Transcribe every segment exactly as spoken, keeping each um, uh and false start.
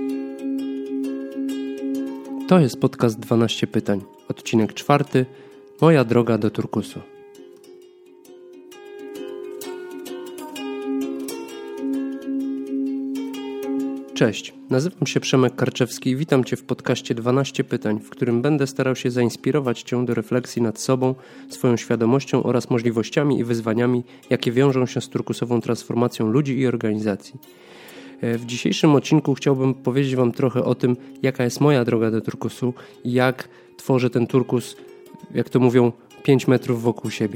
To jest podcast dwanaście pytań, odcinek czwarty, moja droga do turkusu. Cześć, nazywam się Przemek Karczewski i witam Cię w podcaście dwanaście pytań, w którym będę starał się zainspirować Cię do refleksji nad sobą, swoją świadomością oraz możliwościami i wyzwaniami, jakie wiążą się z turkusową transformacją ludzi i organizacji. W dzisiejszym odcinku chciałbym powiedzieć Wam trochę o tym, jaka jest moja droga do turkusu i jak tworzę ten turkus, jak to mówią, pięć metrów wokół siebie.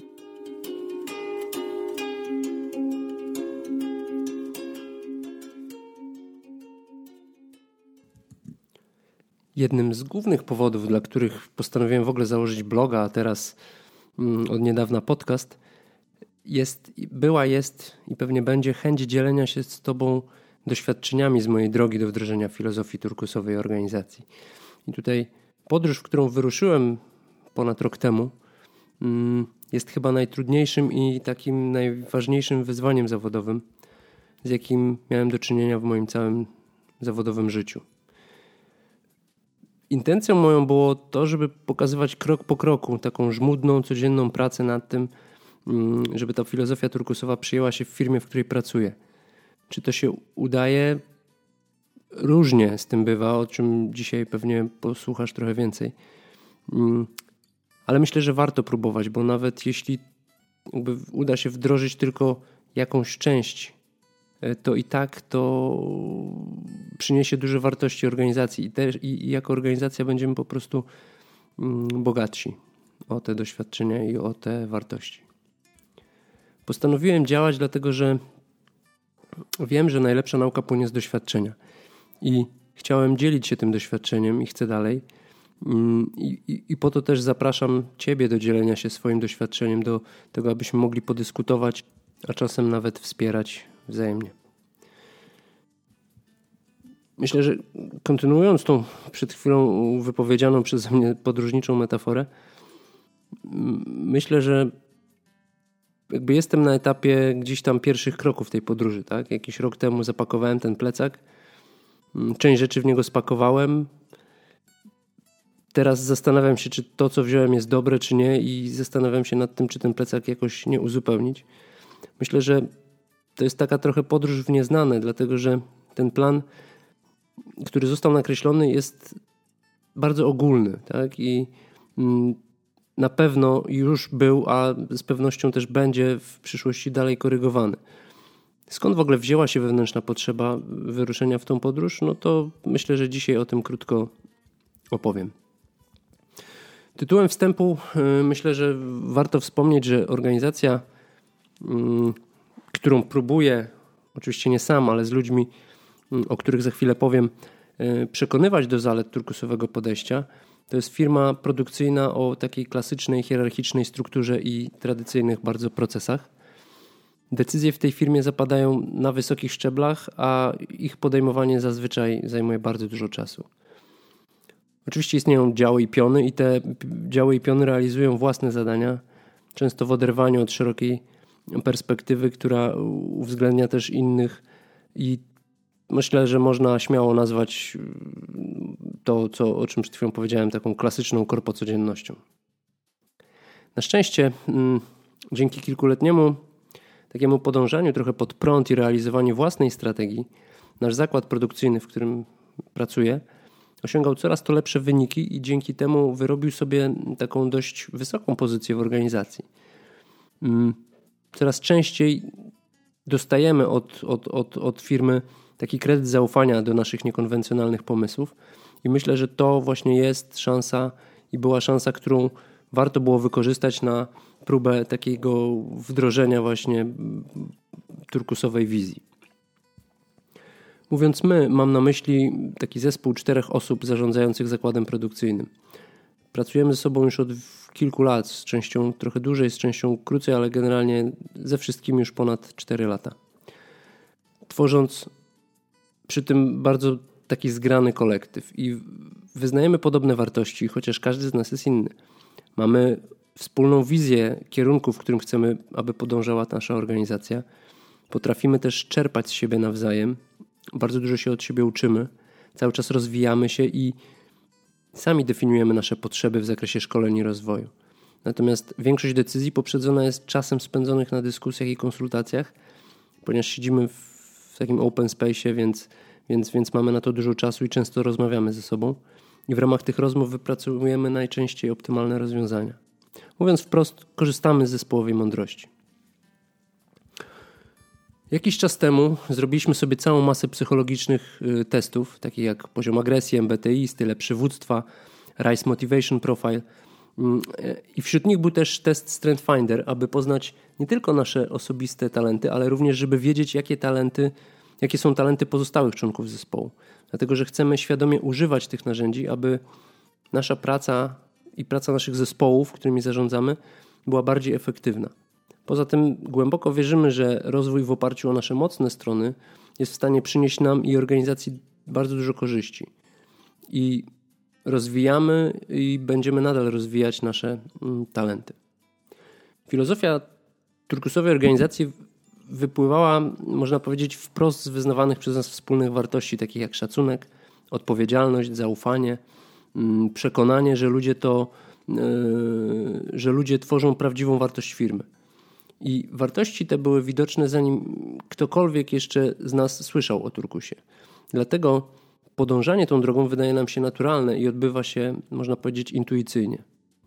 Jednym z głównych powodów, dla których postanowiłem w ogóle założyć bloga, a teraz mm, od niedawna podcast, jest, była, jest i pewnie będzie chęć dzielenia się z Tobą doświadczeniami z mojej drogi do wdrożenia filozofii turkusowej organizacji. I tutaj podróż, w którą wyruszyłem ponad rok temu, mm, jest chyba najtrudniejszym i takim najważniejszym wyzwaniem zawodowym, z jakim miałem do czynienia w moim całym zawodowym życiu. Intencją moją było to, żeby pokazywać krok po kroku taką żmudną, codzienną pracę nad tym, żeby ta filozofia turkusowa przyjęła się w firmie, w której pracuję. Czy to się udaje? Różnie z tym bywa, o czym dzisiaj pewnie posłuchasz trochę więcej. Ale myślę, że warto próbować, bo nawet jeśli jakby uda się wdrożyć tylko jakąś część, to i tak to przyniesie duże wartości organizacji i, też, i, i jako organizacja będziemy po prostu bogatsi o te doświadczenia i o te wartości. Postanowiłem działać dlatego, że wiem, że najlepsza nauka płynie z doświadczenia i chciałem dzielić się tym doświadczeniem i chcę dalej. I, i, i po to też zapraszam Ciebie do dzielenia się swoim doświadczeniem, do tego, abyśmy mogli podyskutować, a czasem nawet wspierać wzajemnie. Myślę, że kontynuując tą przed chwilą wypowiedzianą przeze mnie podróżniczą metaforę, myślę, że jakby jestem na etapie gdzieś tam pierwszych kroków tej podróży, tak? Jakiś rok temu zapakowałem ten plecak, część rzeczy w niego spakowałem. Teraz zastanawiam się, czy to, co wziąłem, jest dobre, czy nie, i zastanawiam się nad tym, czy ten plecak jakoś nie uzupełnić. Myślę, że to jest taka trochę podróż w nieznane, dlatego że ten plan, który został nakreślony, jest bardzo ogólny, tak? I mm, na pewno już był, a z pewnością też będzie w przyszłości dalej korygowany. Skąd w ogóle wzięła się wewnętrzna potrzeba wyruszenia w tą podróż? No to myślę, że dzisiaj o tym krótko opowiem. Tytułem wstępu yy, myślę, że warto wspomnieć, że organizacja, yy, którą próbuję, oczywiście nie sam, ale z ludźmi, yy, o których za chwilę powiem, yy, przekonywać do zalet turkusowego podejścia, to jest firma produkcyjna o takiej klasycznej, hierarchicznej strukturze i tradycyjnych bardzo procesach. Decyzje w tej firmie zapadają na wysokich szczeblach, a ich podejmowanie zazwyczaj zajmuje bardzo dużo czasu. Oczywiście istnieją działy i piony i te działy i piony realizują własne zadania, często w oderwaniu od szerokiej perspektywy, która uwzględnia też innych, i myślę, że można śmiało nazwać to, co, o czym przed chwilą powiedziałem, taką klasyczną korpocodziennością. Na szczęście m, dzięki kilkuletniemu takiemu podążaniu trochę pod prąd i realizowaniu własnej strategii, nasz zakład produkcyjny, w którym pracuję, osiągał coraz to lepsze wyniki i dzięki temu wyrobił sobie taką dość wysoką pozycję w organizacji. M, coraz częściej dostajemy od, od, od, od firmy taki kredyt zaufania do naszych niekonwencjonalnych pomysłów i myślę, że to właśnie jest szansa i była szansa, którą warto było wykorzystać na próbę takiego wdrożenia właśnie turkusowej wizji. Mówiąc my, mam na myśli taki zespół czterech osób zarządzających zakładem produkcyjnym. Pracujemy ze sobą już od kilku lat, z częścią trochę dłużej, z częścią krócej, ale generalnie ze wszystkim już ponad cztery lata. Tworząc przy tym bardzo taki zgrany kolektyw i wyznajemy podobne wartości, chociaż każdy z nas jest inny. Mamy wspólną wizję kierunku, w którym chcemy, aby podążała nasza organizacja. Potrafimy też czerpać z siebie nawzajem bardzo dużo się od siebie uczymy, cały czas rozwijamy się i sami definiujemy nasze potrzeby w zakresie szkoleń i rozwoju. Natomiast większość decyzji poprzedzona jest czasem spędzonych na dyskusjach i konsultacjach, ponieważ siedzimy w takim open space'ie, więc, więc, więc mamy na to dużo czasu i często rozmawiamy ze sobą. I w ramach tych rozmów wypracujemy najczęściej optymalne rozwiązania. Mówiąc wprost, korzystamy z zespołowej mądrości. Jakiś czas temu zrobiliśmy sobie całą masę psychologicznych testów, takich jak poziom agresji, M B T I, style przywództwa, Rise Motivation Profile. I wśród nich był też test Strength Finder, aby poznać nie tylko nasze osobiste talenty, ale również, żeby wiedzieć, jakie talenty, jakie są talenty pozostałych członków zespołu. Dlatego, że chcemy świadomie używać tych narzędzi, aby nasza praca i praca naszych zespołów, którymi zarządzamy, była bardziej efektywna. Poza tym głęboko wierzymy, że rozwój w oparciu o nasze mocne strony jest w stanie przynieść nam i organizacji bardzo dużo korzyści. I rozwijamy i będziemy nadal rozwijać nasze mm, talenty. Filozofia turkusowej organizacji wypływała, można powiedzieć, wprost z wyznawanych przez nas wspólnych wartości, takich jak szacunek, odpowiedzialność, zaufanie, mm, przekonanie, że ludzie to, yy, że ludzie tworzą prawdziwą wartość firmy. I wartości te były widoczne, zanim ktokolwiek jeszcze z nas słyszał o turkusie. Dlatego podążanie tą drogą wydaje nam się naturalne i odbywa się, można powiedzieć, intuicyjnie.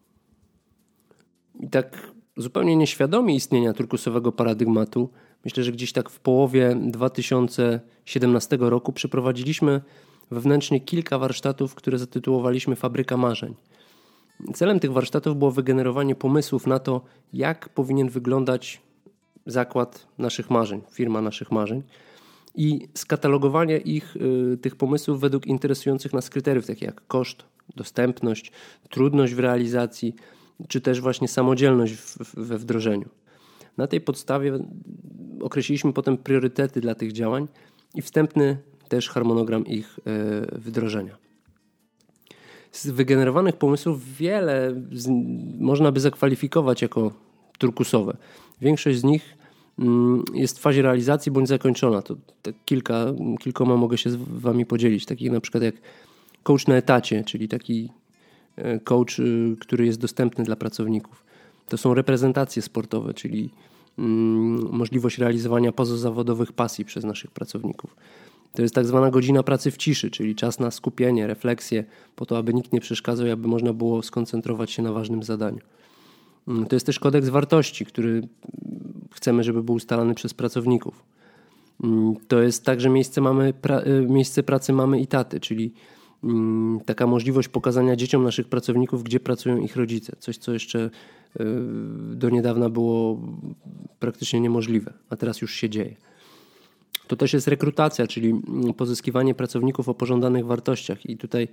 I tak zupełnie nieświadomie istnienia turkusowego paradygmatu, myślę, że gdzieś tak w połowie dwa tysiące siedemnastego roku przeprowadziliśmy wewnętrznie kilka warsztatów, które zatytułowaliśmy Fabryka Marzeń. Celem tych warsztatów było wygenerowanie pomysłów na to, jak powinien wyglądać zakład naszych marzeń, firma naszych marzeń i skatalogowanie ich, y, tych pomysłów według interesujących nas kryteriów, takich jak koszt, dostępność, trudność w realizacji, czy też właśnie samodzielność w, w, we wdrożeniu. Na tej podstawie określiliśmy potem priorytety dla tych działań i wstępny też harmonogram ich y, wdrożenia. Z wygenerowanych pomysłów wiele z, można by zakwalifikować jako turkusowe. Większość z nich mm, jest w fazie realizacji bądź zakończona. To, to kilka, kilkoma mogę się z wami podzielić. Takich na przykład jak coach na etacie, czyli taki coach, który jest dostępny dla pracowników. To są reprezentacje sportowe, czyli mm, możliwość realizowania pozazawodowych pasji przez naszych pracowników. To jest tak zwana godzina pracy w ciszy, czyli czas na skupienie, refleksję, po to, aby nikt nie przeszkadzał i aby można było skoncentrować się na ważnym zadaniu. To jest też kodeks wartości, który chcemy, żeby był ustalany przez pracowników. To jest także miejsce, mamy, pra- miejsce pracy mamy i taty, czyli taka możliwość pokazania dzieciom naszych pracowników, gdzie pracują ich rodzice. Coś, co jeszcze do niedawna było praktycznie niemożliwe, a teraz już się dzieje. To też jest rekrutacja, czyli pozyskiwanie pracowników o pożądanych wartościach. I tutaj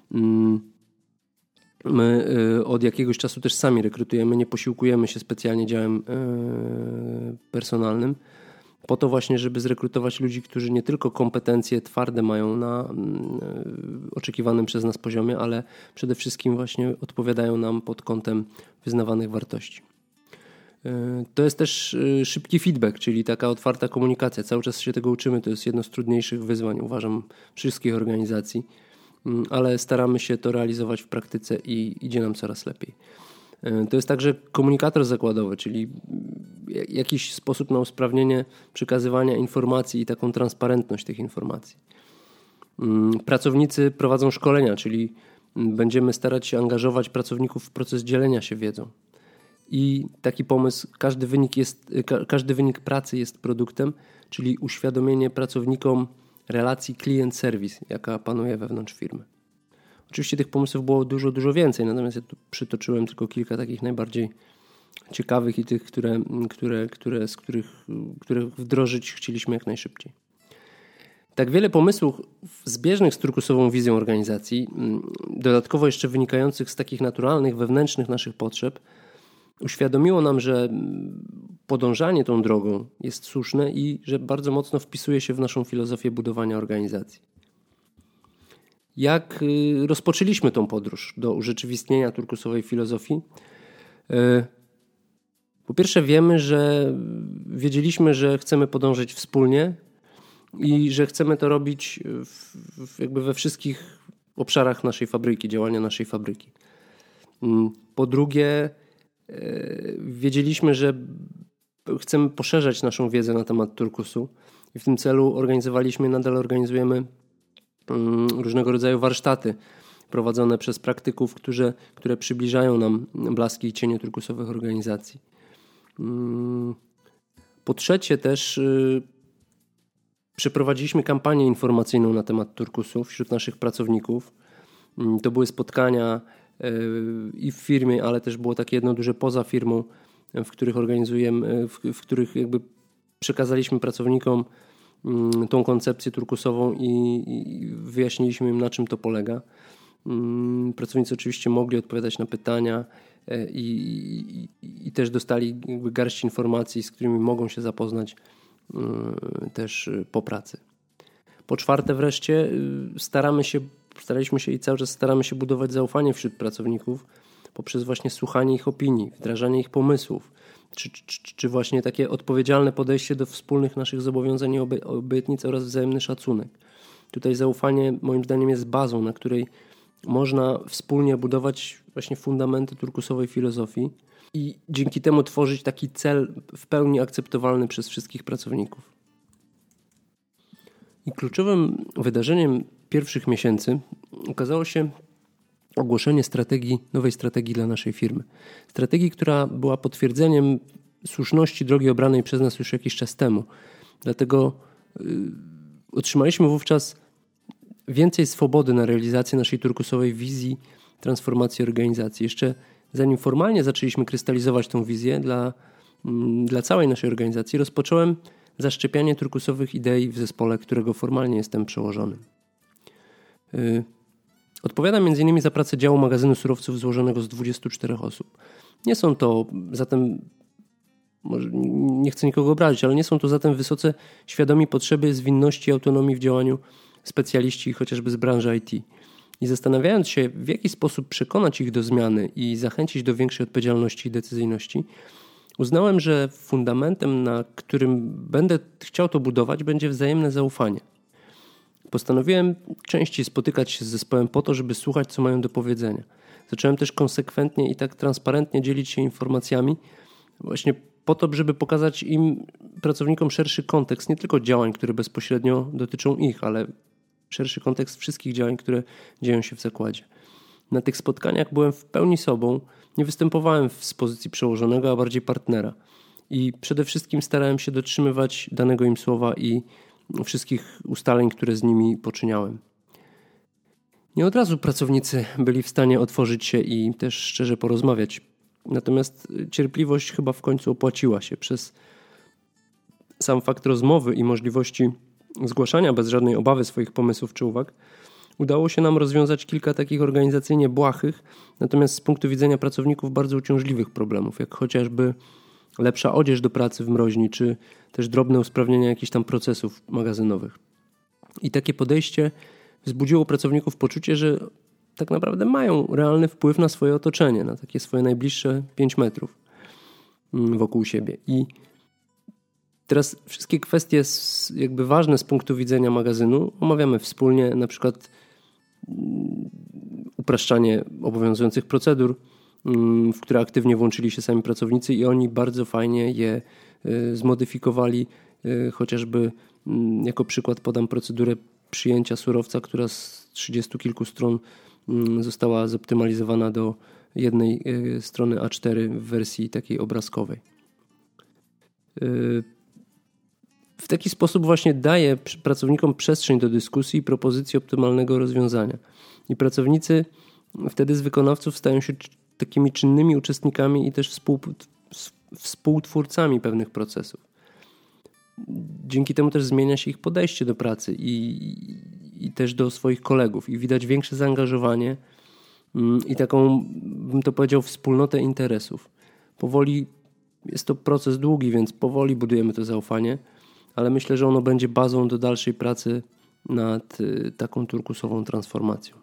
my od jakiegoś czasu też sami rekrutujemy, nie posiłkujemy się specjalnie działem personalnym, po to właśnie, żeby zrekrutować ludzi, którzy nie tylko kompetencje twarde mają na oczekiwanym przez nas poziomie, ale przede wszystkim właśnie odpowiadają nam pod kątem wyznawanych wartości. To jest też szybki feedback, czyli taka otwarta komunikacja. Cały czas się tego uczymy. To jest jedno z trudniejszych wyzwań, uważam, wszystkich organizacji, ale staramy się to realizować w praktyce i idzie nam coraz lepiej. To jest także komunikator zakładowy, czyli jakiś sposób na usprawnienie przekazywania informacji i taką transparentność tych informacji. Pracownicy prowadzą szkolenia, czyli będziemy starać się angażować pracowników w proces dzielenia się wiedzą. I taki pomysł, każdy wynik, jest, każdy wynik pracy jest produktem, czyli uświadomienie pracownikom relacji klient-serwis, jaka panuje wewnątrz firmy. Oczywiście tych pomysłów było dużo, dużo więcej, natomiast ja tu przytoczyłem tylko kilka takich najbardziej ciekawych i tych, które, które, które, z których, których wdrożyć chcieliśmy jak najszybciej. Tak wiele pomysłów zbieżnych z turkusową wizją organizacji, dodatkowo jeszcze wynikających z takich naturalnych, wewnętrznych naszych potrzeb, uświadomiło nam, że podążanie tą drogą jest słuszne i że bardzo mocno wpisuje się w naszą filozofię budowania organizacji. Jak rozpoczęliśmy tą podróż do urzeczywistnienia turkusowej filozofii? Po pierwsze wiemy, że wiedzieliśmy, że chcemy podążać wspólnie i że chcemy to robić w, w jakby we wszystkich obszarach naszej fabryki, działania naszej fabryki. Po drugie, wiedzieliśmy, że chcemy poszerzać naszą wiedzę na temat turkusu i w tym celu organizowaliśmy, nadal organizujemy różnego rodzaju warsztaty prowadzone przez praktyków, które, które przybliżają nam blaski i cienie turkusowych organizacji. Po trzecie też przeprowadziliśmy kampanię informacyjną na temat turkusu wśród naszych pracowników. To były spotkania i w firmie, ale też było takie jedno duże poza firmą, w których organizujemy, w, w których jakby przekazaliśmy pracownikom tą koncepcję turkusową i, i wyjaśniliśmy im, na czym to polega. Pracownicy oczywiście mogli odpowiadać na pytania i, i, i też dostali jakby garść informacji, z którymi mogą się zapoznać też po pracy. Po czwarte wreszcie staramy się, staraliśmy się i cały czas staramy się budować zaufanie wśród pracowników poprzez właśnie słuchanie ich opinii, wdrażanie ich pomysłów, czy, czy, czy właśnie takie odpowiedzialne podejście do wspólnych naszych zobowiązań i obietnic oraz wzajemny szacunek. Tutaj zaufanie moim zdaniem jest bazą, na której można wspólnie budować właśnie fundamenty turkusowej filozofii i dzięki temu tworzyć taki cel w pełni akceptowalny przez wszystkich pracowników. I kluczowym wydarzeniem pierwszych miesięcy okazało się ogłoszenie strategii, nowej strategii dla naszej firmy. Strategii, która była potwierdzeniem słuszności drogi obranej przez nas już jakiś czas temu. Dlatego yy, otrzymaliśmy wówczas więcej swobody na realizację naszej turkusowej wizji transformacji organizacji. Jeszcze zanim formalnie zaczęliśmy krystalizować tą wizję dla, mm, dla całej naszej organizacji, rozpocząłem zaszczepianie turkusowych idei w zespole, którego formalnie jestem przełożonym. Yy, Odpowiadam między innymi za pracę działu magazynu surowców złożonego z dwudziestu czterech osób. Nie są to zatem, może nie chcę nikogo obrazić, ale nie są to zatem wysoce świadomi potrzeby zwinności i autonomii w działaniu specjaliści chociażby z branży I T. I zastanawiając się, w jaki sposób przekonać ich do zmiany i zachęcić do większej odpowiedzialności i decyzyjności, uznałem, że fundamentem, na którym będę chciał to budować, będzie wzajemne zaufanie. Postanowiłem częściej spotykać się z zespołem po to, żeby słuchać, co mają do powiedzenia. Zacząłem też konsekwentnie i tak transparentnie dzielić się informacjami właśnie po to, żeby pokazać im, pracownikom, szerszy kontekst nie tylko działań, które bezpośrednio dotyczą ich, ale szerszy kontekst wszystkich działań, które dzieją się w zakładzie. Na tych spotkaniach byłem w pełni sobą, nie występowałem z pozycji przełożonego, a bardziej partnera. I przede wszystkim starałem się dotrzymywać danego im słowa i wszystkich ustaleń, które z nimi poczyniałem. Nie od razu pracownicy byli w stanie otworzyć się i też szczerze porozmawiać. Natomiast cierpliwość chyba w końcu opłaciła się. Przez sam fakt rozmowy i możliwości zgłaszania bez żadnej obawy swoich pomysłów czy uwag udało się nam rozwiązać kilka takich organizacyjnie błahych, natomiast z punktu widzenia pracowników bardzo uciążliwych problemów, jak chociażby lepsza odzież do pracy w mroźni, czy też drobne usprawnienia jakichś tam procesów magazynowych. I takie podejście wzbudziło pracowników poczucie, że tak naprawdę mają realny wpływ na swoje otoczenie, na takie swoje najbliższe pięć metrów wokół siebie. I teraz wszystkie kwestie jakby ważne z punktu widzenia magazynu omawiamy wspólnie, na przykład upraszczanie obowiązujących procedur, w które aktywnie włączyli się sami pracownicy i oni bardzo fajnie je zmodyfikowali. Chociażby jako przykład podam procedurę przyjęcia surowca, która z trzydziestu kilku stron została zoptymalizowana do jednej strony A cztery w wersji takiej obrazkowej. W taki sposób właśnie daje pracownikom przestrzeń do dyskusji i propozycji optymalnego rozwiązania. I pracownicy wtedy z wykonawców stają się takimi czynnymi uczestnikami i też współ, współtwórcami pewnych procesów. Dzięki temu też zmienia się ich podejście do pracy i, i też do swoich kolegów i widać większe zaangażowanie i taką, bym to powiedział, wspólnotę interesów. Powoli, jest to proces długi, więc powoli budujemy to zaufanie, ale myślę, że ono będzie bazą do dalszej pracy nad taką turkusową transformacją.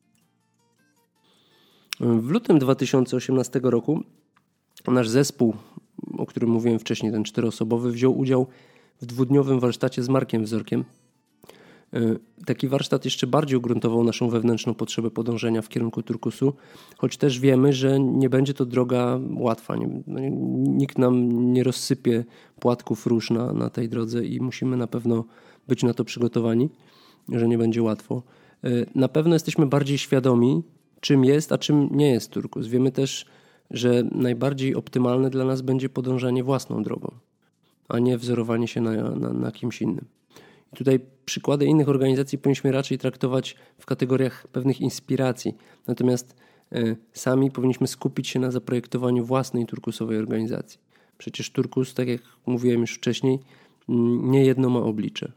W lutym dwa tysiące osiemnastego roku nasz zespół, o którym mówiłem wcześniej, ten czteroosobowy, wziął udział w dwudniowym warsztacie z Markiem Wzorkiem Taki warsztat jeszcze bardziej ugruntował naszą wewnętrzną potrzebę podążenia w kierunku turkusu, choć też wiemy, że nie będzie to droga łatwa. Nie, nikt nam nie rozsypie płatków róż na, na tej drodze i musimy na pewno być na to przygotowani, że nie będzie łatwo. Na pewno jesteśmy bardziej świadomi, czym jest, a czym nie jest turkus. Wiemy też, że najbardziej optymalne dla nas będzie podążanie własną drogą, a nie wzorowanie się na, na, na kimś innym. I tutaj przykłady innych organizacji powinniśmy raczej traktować w kategoriach pewnych inspiracji. Natomiast y, sami powinniśmy skupić się na zaprojektowaniu własnej turkusowej organizacji. Przecież turkus, tak jak mówiłem już wcześniej, y, nie jedno ma oblicze.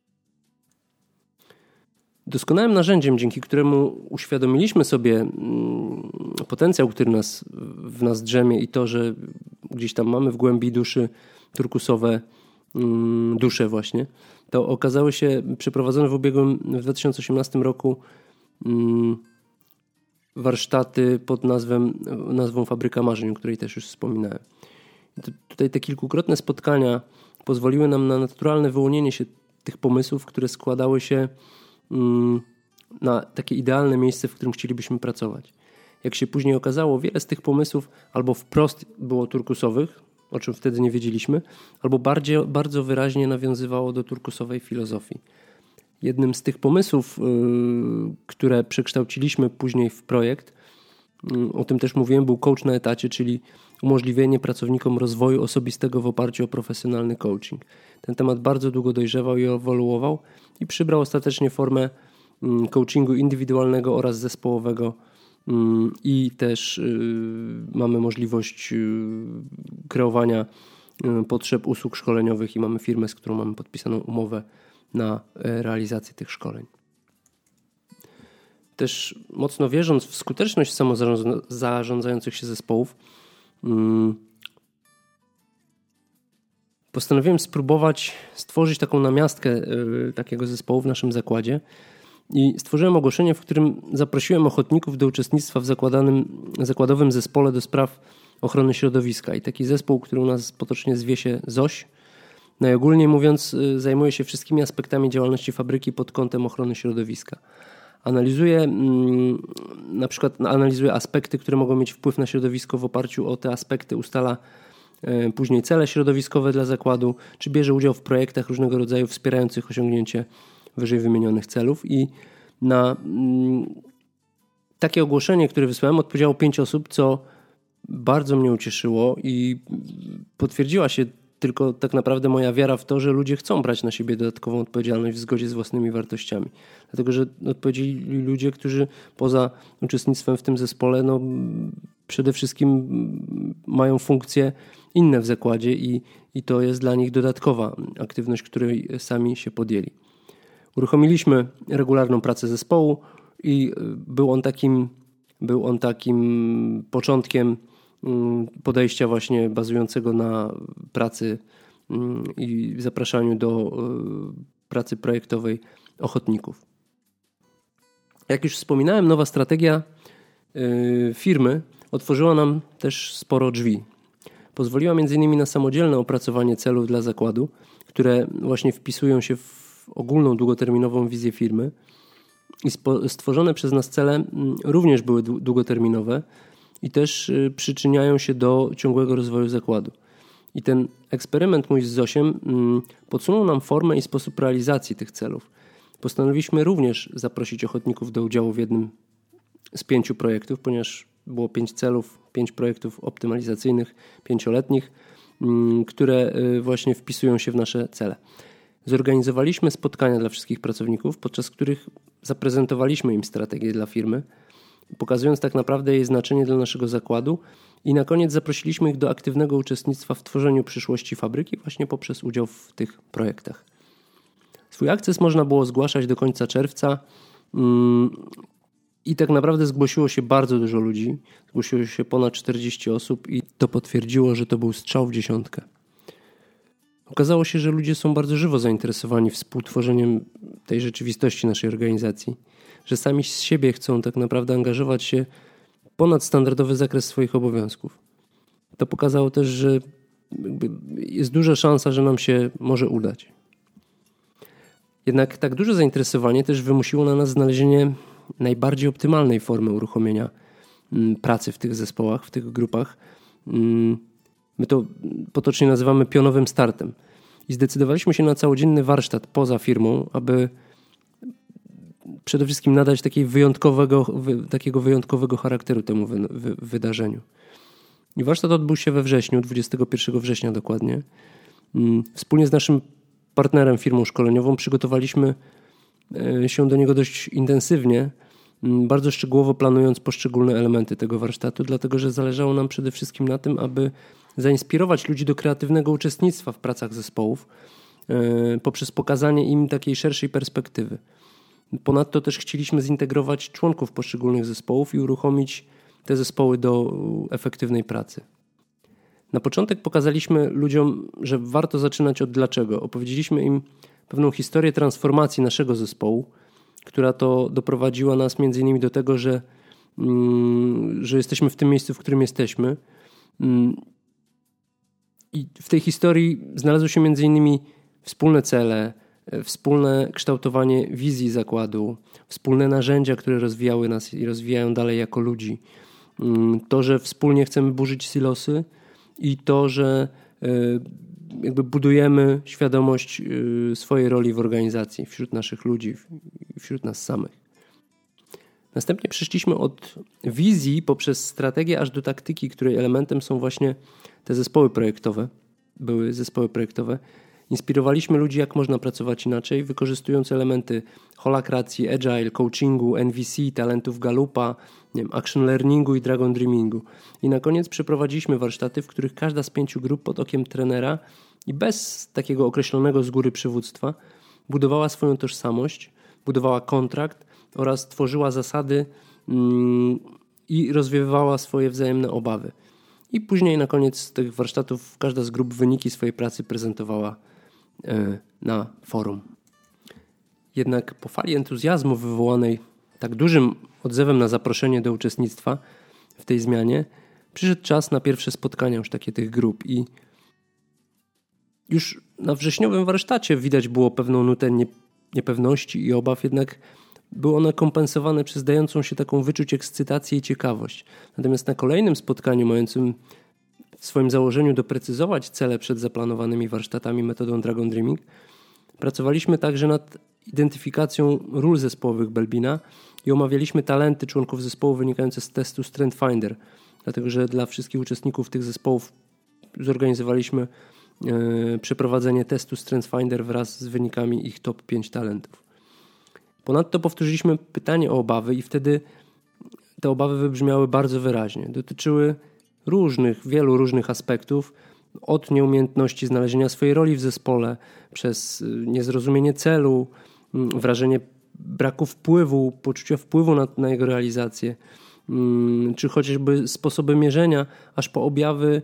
Doskonałym narzędziem, dzięki któremu uświadomiliśmy sobie y, potencjał, który nas, w nas drzemie i to, że gdzieś tam mamy w głębi duszy turkusowe y, dusze właśnie, to okazały się przeprowadzone w ubiegłym, w dwa tysiące osiemnastym roku mm, warsztaty pod nazwą, nazwą Fabryka Marzeń, o której też już wspominałem. To, tutaj te kilkukrotne spotkania pozwoliły nam na naturalne wyłonienie się tych pomysłów, które składały się mm, na takie idealne miejsce, w którym chcielibyśmy pracować. Jak się później okazało, wiele z tych pomysłów albo wprost było turkusowych, o czym wtedy nie wiedzieliśmy, albo bardziej, bardzo wyraźnie nawiązywało do turkusowej filozofii. Jednym z tych pomysłów, yy, które przekształciliśmy później w projekt, yy, o tym też mówiłem, był coach na etacie, czyli umożliwienie pracownikom rozwoju osobistego w oparciu o profesjonalny coaching. Ten temat bardzo długo dojrzewał i ewoluował i przybrał ostatecznie formę yy, coachingu indywidualnego oraz zespołowego. I też mamy możliwość kreowania potrzeb usług szkoleniowych i mamy firmę, z którą mamy podpisaną umowę na realizację tych szkoleń. Też mocno wierząc w skuteczność samozarządzających się zespołów, postanowiłem spróbować stworzyć taką namiastkę takiego zespołu w naszym zakładzie. I stworzyłem ogłoszenie, w którym zaprosiłem ochotników do uczestnictwa w zakładanym, zakładowym zespole do spraw ochrony środowiska. I taki zespół, który u nas potocznie zwie się ZOŚ, najogólniej mówiąc zajmuje się wszystkimi aspektami działalności fabryki pod kątem ochrony środowiska. Analizuje na przykład analizuje aspekty, które mogą mieć wpływ na środowisko, w oparciu o te aspekty ustala później cele środowiskowe dla zakładu, czy bierze udział w projektach różnego rodzaju wspierających osiągnięcie wyżej wymienionych celów. I na mm, takie ogłoszenie, które wysłałem, odpowiedziało pięć osób, co bardzo mnie ucieszyło i potwierdziła się tylko tak naprawdę moja wiara w to, że ludzie chcą brać na siebie dodatkową odpowiedzialność w zgodzie z własnymi wartościami. Dlatego, że odpowiedzieli ludzie, którzy poza uczestnictwem w tym zespole no, przede wszystkim mają funkcje inne w zakładzie i, i to jest dla nich dodatkowa aktywność, której sami się podjęli. Uruchomiliśmy regularną pracę zespołu i był on takim, był on takim początkiem podejścia właśnie bazującego na pracy i zapraszaniu do pracy projektowej ochotników. Jak już wspominałem, nowa strategia firmy otworzyła nam też sporo drzwi. Pozwoliła między innymi na samodzielne opracowanie celów dla zakładu, które właśnie wpisują się w ogólną długoterminową wizję firmy i stworzone przez nas cele również były długoterminowe i też przyczyniają się do ciągłego rozwoju zakładu. I ten eksperyment mój z Zosiem podsunął nam formę i sposób realizacji tych celów. Postanowiliśmy również zaprosić ochotników do udziału w jednym z pięciu projektów, ponieważ było pięć celów, pięć projektów optymalizacyjnych, pięcioletnich, które właśnie wpisują się w nasze cele. Zorganizowaliśmy spotkania dla wszystkich pracowników, podczas których zaprezentowaliśmy im strategię dla firmy, pokazując tak naprawdę jej znaczenie dla naszego zakładu i na koniec zaprosiliśmy ich do aktywnego uczestnictwa w tworzeniu przyszłości fabryki właśnie poprzez udział w tych projektach. Swój akces można było zgłaszać do końca czerwca i tak naprawdę zgłosiło się bardzo dużo ludzi. Zgłosiło się ponad czterdzieści osób i to potwierdziło, że to był strzał w dziesiątkę. Okazało się, że ludzie są bardzo żywo zainteresowani współtworzeniem tej rzeczywistości naszej organizacji, że sami z siebie chcą tak naprawdę angażować się ponad standardowy zakres swoich obowiązków. To pokazało też, że jest duża szansa, że nam się może udać. Jednak tak duże zainteresowanie też wymusiło na nas znalezienie najbardziej optymalnej formy uruchomienia pracy w tych zespołach, w tych grupach. My to potocznie nazywamy pionowym startem. I zdecydowaliśmy się na całodzienny warsztat poza firmą, aby przede wszystkim nadać takiej wyjątkowego, wy, takiego wyjątkowego charakteru temu wy, wy, wydarzeniu. I warsztat odbył się we wrześniu, dwudziestego pierwszego września dokładnie. Wspólnie z naszym partnerem, firmą szkoleniową, przygotowaliśmy się do niego dość intensywnie, bardzo szczegółowo planując poszczególne elementy tego warsztatu, dlatego że zależało nam przede wszystkim na tym, aby zainspirować ludzi do kreatywnego uczestnictwa w pracach zespołów poprzez pokazanie im takiej szerszej perspektywy. Ponadto też chcieliśmy zintegrować członków poszczególnych zespołów i uruchomić te zespoły do efektywnej pracy. Na początek pokazaliśmy ludziom, że warto zaczynać od dlaczego. Opowiedzieliśmy im pewną historię transformacji naszego zespołu, która to doprowadziła nas między innymi do tego, że, mm, że jesteśmy w tym miejscu, w którym jesteśmy. Mm, I w tej historii znalazły się między innymi wspólne cele, wspólne kształtowanie wizji zakładu, wspólne narzędzia, które rozwijały nas i rozwijają dalej jako ludzi. To, że wspólnie chcemy burzyć silosy i to, że jakby budujemy świadomość swojej roli w organizacji, wśród naszych ludzi, wśród nas samych. Następnie przeszliśmy od wizji poprzez strategię aż do taktyki, której elementem są właśnie te zespoły projektowe. Były zespoły projektowe. Inspirowaliśmy ludzi, jak można pracować inaczej, wykorzystując elementy holakracji, agile, coachingu, N V C, talentów Gallupa, nie wiem, action learningu i dragon dreamingu. I na koniec przeprowadziliśmy warsztaty, w których każda z pięciu grup pod okiem trenera i bez takiego określonego z góry przywództwa budowała swoją tożsamość, budowała kontrakt oraz tworzyła zasady mm, i rozwiewała swoje wzajemne obawy. I później na koniec tych warsztatów każda z grup wyniki swojej pracy prezentowała y, na forum. Jednak po fali entuzjazmu wywołanej tak dużym odzewem na zaproszenie do uczestnictwa w tej zmianie przyszedł czas na pierwsze spotkania już takie tych grup i już na wrześniowym warsztacie widać było pewną nutę nie, niepewności i obaw, jednak były one kompensowane przez dającą się taką wyczuć ekscytację i ciekawość. Natomiast na kolejnym spotkaniu mającym w swoim założeniu doprecyzować cele przed zaplanowanymi warsztatami metodą Dragon Dreaming, pracowaliśmy także nad identyfikacją ról zespołowych Belbina i omawialiśmy talenty członków zespołu wynikające z testu Strength Finder, dlatego że dla wszystkich uczestników tych zespołów zorganizowaliśmy e, przeprowadzenie testu Strength Finder wraz z wynikami ich top pięć talentów. Ponadto powtórzyliśmy pytanie o obawy i wtedy te obawy wybrzmiały bardzo wyraźnie. Dotyczyły różnych, wielu różnych aspektów, od nieumiejętności znalezienia swojej roli w zespole, przez niezrozumienie celu, wrażenie braku wpływu, poczucia wpływu na, na jego realizację, czy chociażby sposoby mierzenia, aż po objawy,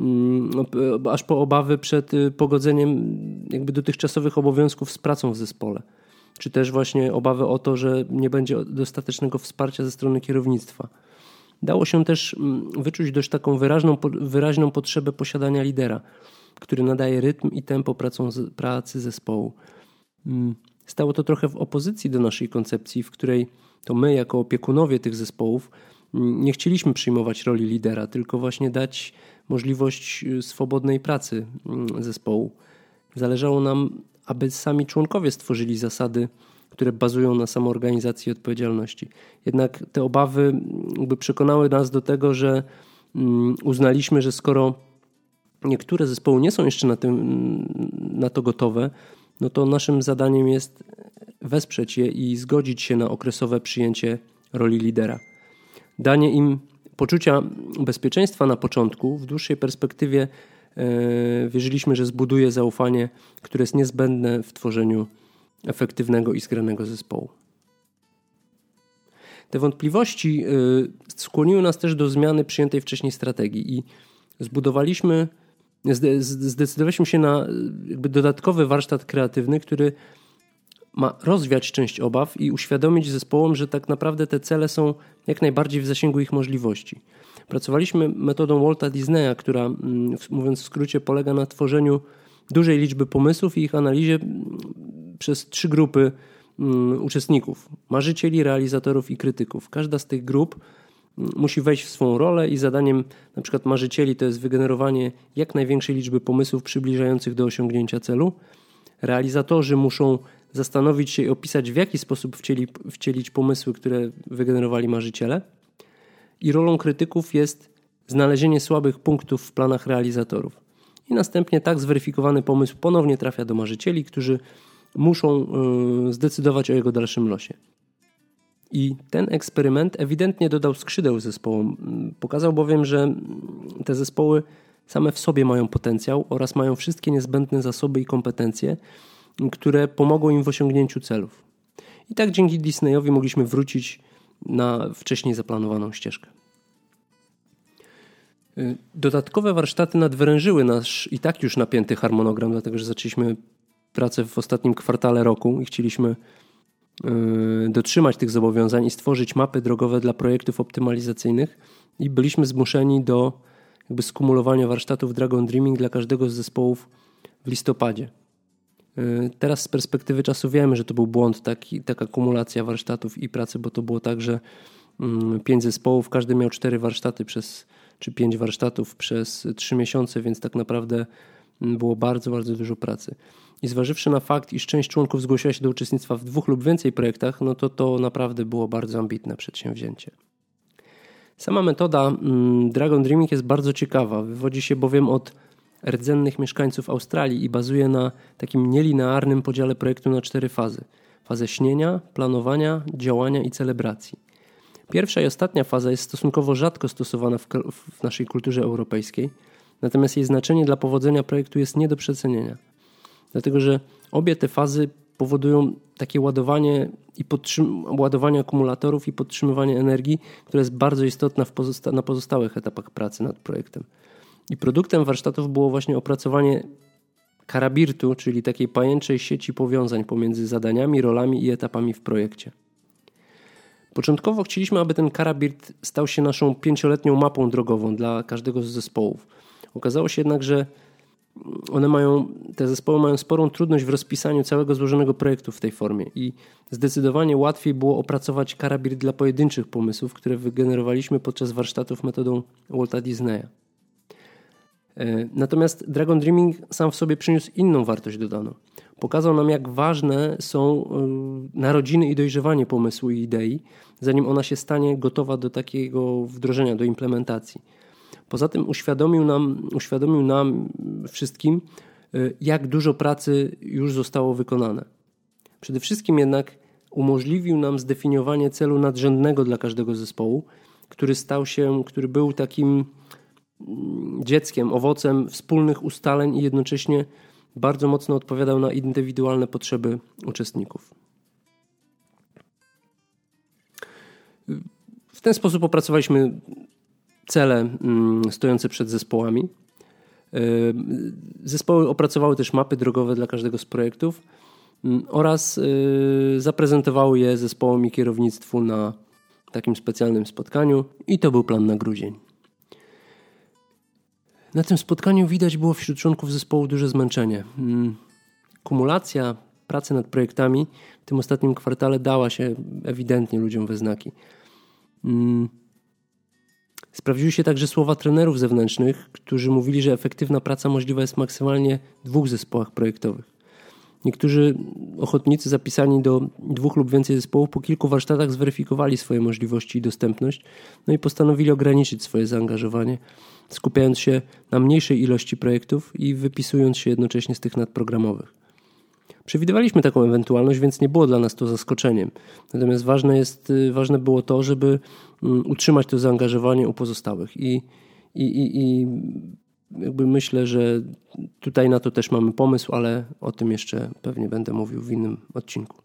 aż po obawy przed pogodzeniem jakby dotychczasowych obowiązków z pracą w zespole. Czy też właśnie obawy o to, że nie będzie dostatecznego wsparcia ze strony kierownictwa. Dało się też wyczuć dość taką wyraźną, wyraźną potrzebę posiadania lidera, który nadaje rytm i tempo pracą, pracy zespołu. Stało to trochę w opozycji do naszej koncepcji, w której to my jako opiekunowie tych zespołów nie chcieliśmy przyjmować roli lidera, tylko właśnie dać możliwość swobodnej pracy zespołu. Zależało nam, aby sami członkowie stworzyli zasady, które bazują na samoorganizacji i odpowiedzialności. Jednak te obawy jakby przekonały nas do tego, że uznaliśmy, że skoro niektóre zespoły nie są jeszcze na, tym, na to gotowe, no to naszym zadaniem jest wesprzeć je i zgodzić się na okresowe przyjęcie roli lidera. Danie im poczucia bezpieczeństwa na początku, w dłuższej perspektywie wierzyliśmy, że zbuduje zaufanie, które jest niezbędne w tworzeniu efektywnego i zgranego zespołu. Te wątpliwości skłoniły nas też do zmiany przyjętej wcześniej strategii i zbudowaliśmy, zdecydowaliśmy się na jakby dodatkowy warsztat kreatywny, który ma rozwiać część obaw i uświadomić zespołom, że tak naprawdę te cele są jak najbardziej w zasięgu ich możliwości. Pracowaliśmy metodą Walta Disneya, która, mówiąc w skrócie, polega na tworzeniu dużej liczby pomysłów i ich analizie przez trzy grupy um, uczestników. Marzycieli, realizatorów i krytyków. Każda z tych grup um, musi wejść w swą rolę i zadaniem na przykład marzycieli to jest wygenerowanie jak największej liczby pomysłów przybliżających do osiągnięcia celu. Realizatorzy muszą zastanowić się i opisać, w jaki sposób wcieli, wcielić pomysły, które wygenerowali marzyciele. I rolą krytyków jest znalezienie słabych punktów w planach realizatorów. I następnie tak zweryfikowany pomysł ponownie trafia do marzycieli, którzy muszą yy, zdecydować o jego dalszym losie. I ten eksperyment ewidentnie dodał skrzydeł zespołom. Pokazał bowiem, że te zespoły same w sobie mają potencjał oraz mają wszystkie niezbędne zasoby i kompetencje, które pomogą im w osiągnięciu celów. I tak dzięki Disneyowi mogliśmy wrócić na wcześniej zaplanowaną ścieżkę. Dodatkowe warsztaty nadwyrężyły nasz i tak już napięty harmonogram, dlatego że zaczęliśmy pracę w ostatnim kwartale roku i chcieliśmy yy, dotrzymać tych zobowiązań i stworzyć mapy drogowe dla projektów optymalizacyjnych i byliśmy zmuszeni do jakby skumulowania warsztatów Dragon Dreaming dla każdego z zespołów w listopadzie. Yy, teraz z perspektywy czasu wiemy, że to był błąd, taki, taka kumulacja warsztatów i pracy, bo to było tak, że yy, pięć zespołów, każdy miał cztery warsztaty przez czy pięć warsztatów przez trzy miesiące, więc tak naprawdę było bardzo, bardzo dużo pracy. I zważywszy na fakt, iż część członków zgłosiła się do uczestnictwa w dwóch lub więcej projektach, no to to naprawdę było bardzo ambitne przedsięwzięcie. Sama metoda Dragon Dreaming jest bardzo ciekawa. Wywodzi się bowiem od rdzennych mieszkańców Australii i bazuje na takim nielinearnym podziale projektu na cztery fazy. Fazę śnienia, planowania, działania i celebracji. Pierwsza i ostatnia faza jest stosunkowo rzadko stosowana w, w naszej kulturze europejskiej, natomiast jej znaczenie dla powodzenia projektu jest nie do przecenienia. Dlatego, że obie te fazy powodują takie ładowanie i podtrzym- ładowanie akumulatorów i podtrzymywanie energii, która jest bardzo istotna w pozosta- na pozostałych etapach pracy nad projektem. I produktem warsztatów było właśnie opracowanie karabirtu, czyli takiej pajęczej sieci powiązań pomiędzy zadaniami, rolami i etapami w projekcie. Początkowo chcieliśmy, aby ten karabirt stał się naszą pięcioletnią mapą drogową dla każdego z zespołów. Okazało się jednak, że one mają, te zespoły mają sporą trudność w rozpisaniu całego złożonego projektu w tej formie i zdecydowanie łatwiej było opracować karabirt dla pojedynczych pomysłów, które wygenerowaliśmy podczas warsztatów metodą Walta Disneya. Natomiast Dragon Dreaming sam w sobie przyniósł inną wartość dodaną. Pokazał nam, jak ważne są narodziny i dojrzewanie pomysłu i idei, zanim ona się stanie gotowa do takiego wdrożenia, do implementacji. Poza tym uświadomił nam, uświadomił nam wszystkim, jak dużo pracy już zostało wykonane. Przede wszystkim jednak umożliwił nam zdefiniowanie celu nadrzędnego dla każdego zespołu, który stał się, który był takim dzieckiem, owocem wspólnych ustaleń i jednocześnie bardzo mocno odpowiadał na indywidualne potrzeby uczestników. W ten sposób opracowaliśmy cele stojące przed zespołami. Zespoły opracowały też mapy drogowe dla każdego z projektów oraz zaprezentowały je zespołom i kierownictwu na takim specjalnym spotkaniu i to był plan na grudzień. Na tym spotkaniu widać było wśród członków zespołu duże zmęczenie. Kumulacja pracy nad projektami w tym ostatnim kwartale dała się ewidentnie ludziom we znaki. Sprawdziły się także słowa trenerów zewnętrznych, którzy mówili, że efektywna praca możliwa jest maksymalnie w dwóch zespołach projektowych. Niektórzy ochotnicy zapisani do dwóch lub więcej zespołów po kilku warsztatach zweryfikowali swoje możliwości i dostępność, no i postanowili ograniczyć swoje zaangażowanie, skupiając się na mniejszej ilości projektów i wypisując się jednocześnie z tych nadprogramowych. Przewidywaliśmy taką ewentualność, więc nie było dla nas to zaskoczeniem. Natomiast ważne jest, ważne było to, żeby utrzymać to zaangażowanie u pozostałych i, i, i, i jakby myślę, że tutaj na to też mamy pomysł, ale o tym jeszcze pewnie będę mówił w innym odcinku.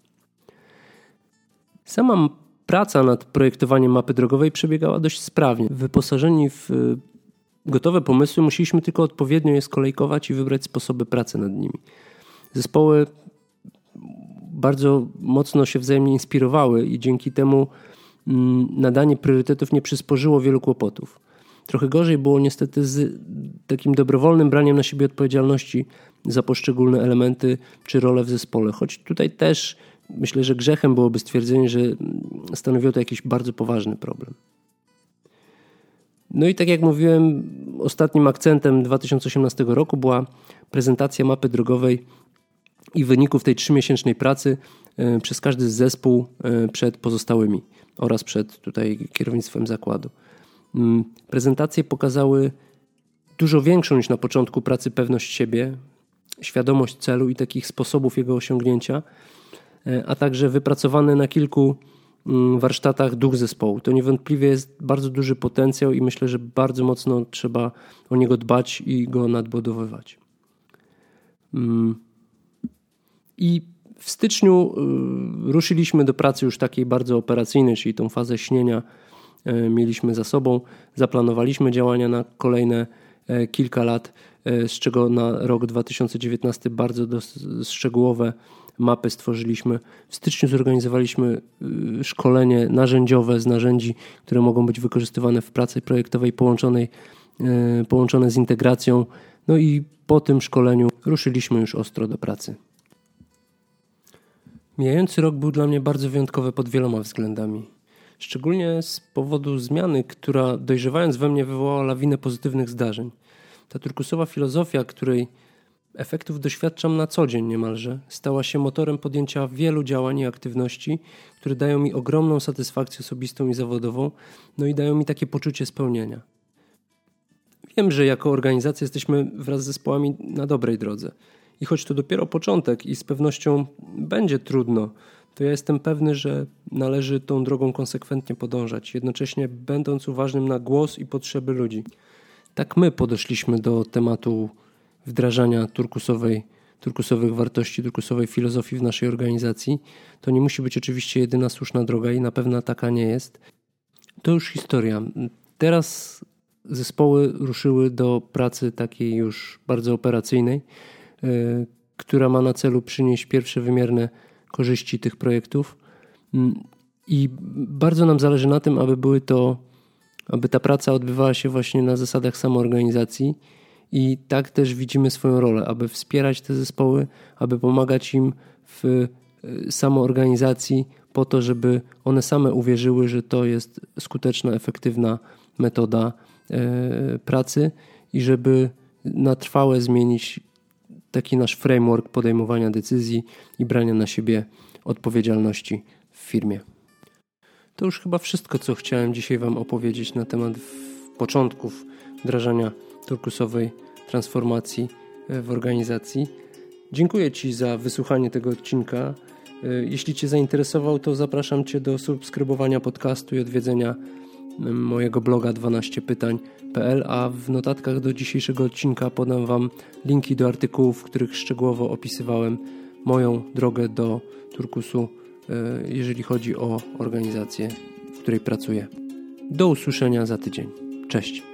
Sama praca nad projektowaniem mapy drogowej przebiegała dość sprawnie. Wyposażeni w gotowe pomysły musieliśmy tylko odpowiednio je skolejkować i wybrać sposoby pracy nad nimi. Zespoły bardzo mocno się wzajemnie inspirowały i dzięki temu nadanie priorytetów nie przysporzyło wielu kłopotów. Trochę gorzej było niestety z takim dobrowolnym braniem na siebie odpowiedzialności za poszczególne elementy czy role w zespole. Choć tutaj też myślę, że grzechem byłoby stwierdzenie, że stanowiło to jakiś bardzo poważny problem. No i tak jak mówiłem, ostatnim akcentem dwa tysiące osiemnastego roku była prezentacja mapy drogowej i wyników tej trzymiesięcznej pracy przez każdy zespół przed pozostałymi oraz przed tutaj kierownictwem zakładu. Prezentacje pokazały dużo większą niż na początku pracy pewność siebie, świadomość celu i takich sposobów jego osiągnięcia, a także wypracowany na kilku warsztatach duch zespołu. To niewątpliwie jest bardzo duży potencjał i myślę, że bardzo mocno trzeba o niego dbać i go nadbudowywać. I w styczniu ruszyliśmy do pracy już takiej bardzo operacyjnej, czyli tą fazę śnienia mieliśmy za sobą. Zaplanowaliśmy działania na kolejne kilka lat, z czego na rok dwa tysiące dziewiętnasty bardzo szczegółowe mapy stworzyliśmy. W styczniu zorganizowaliśmy szkolenie narzędziowe z narzędzi, które mogą być wykorzystywane w pracy projektowej połączonej, połączone z integracją. No i po tym szkoleniu ruszyliśmy już ostro do pracy. Mijający rok był dla mnie bardzo wyjątkowy pod wieloma względami. Szczególnie z powodu zmiany, która dojrzewając we mnie wywołała lawinę pozytywnych zdarzeń. Ta turkusowa filozofia, której efektów doświadczam na co dzień niemalże, stała się motorem podjęcia wielu działań i aktywności, które dają mi ogromną satysfakcję osobistą i zawodową, no i dają mi takie poczucie spełnienia. Wiem, że jako organizacja jesteśmy wraz z zespołami na dobrej drodze. I choć to dopiero początek i z pewnością będzie trudno, to ja jestem pewny, że należy tą drogą konsekwentnie podążać, jednocześnie będąc uważnym na głos i potrzeby ludzi. Tak my podeszliśmy do tematu wdrażania turkusowej, turkusowych wartości, turkusowej filozofii w naszej organizacji. To nie musi być oczywiście jedyna słuszna droga i na pewno taka nie jest. To już historia. Teraz zespoły ruszyły do pracy takiej już bardzo operacyjnej, yy, która ma na celu przynieść pierwsze wymierne korzyści tych projektów i bardzo nam zależy na tym, aby były to, aby ta praca odbywała się właśnie na zasadach samoorganizacji i tak też widzimy swoją rolę, aby wspierać te zespoły, aby pomagać im w samoorganizacji po to, żeby one same uwierzyły, że to jest skuteczna, efektywna metoda pracy i żeby na trwałe zmienić taki nasz framework podejmowania decyzji i brania na siebie odpowiedzialności w firmie. To już chyba wszystko, co chciałem dzisiaj Wam opowiedzieć na temat początków wdrażania turkusowej transformacji w organizacji. Dziękuję Ci za wysłuchanie tego odcinka. Jeśli Cię zainteresował, to zapraszam Cię do subskrybowania podcastu i odwiedzenia mojego bloga dwanaście pytań kropka p l, a w notatkach do dzisiejszego odcinka podam Wam linki do artykułów, w których szczegółowo opisywałem moją drogę do turkusu, jeżeli chodzi o organizację, w której pracuję. Do usłyszenia za tydzień. Cześć!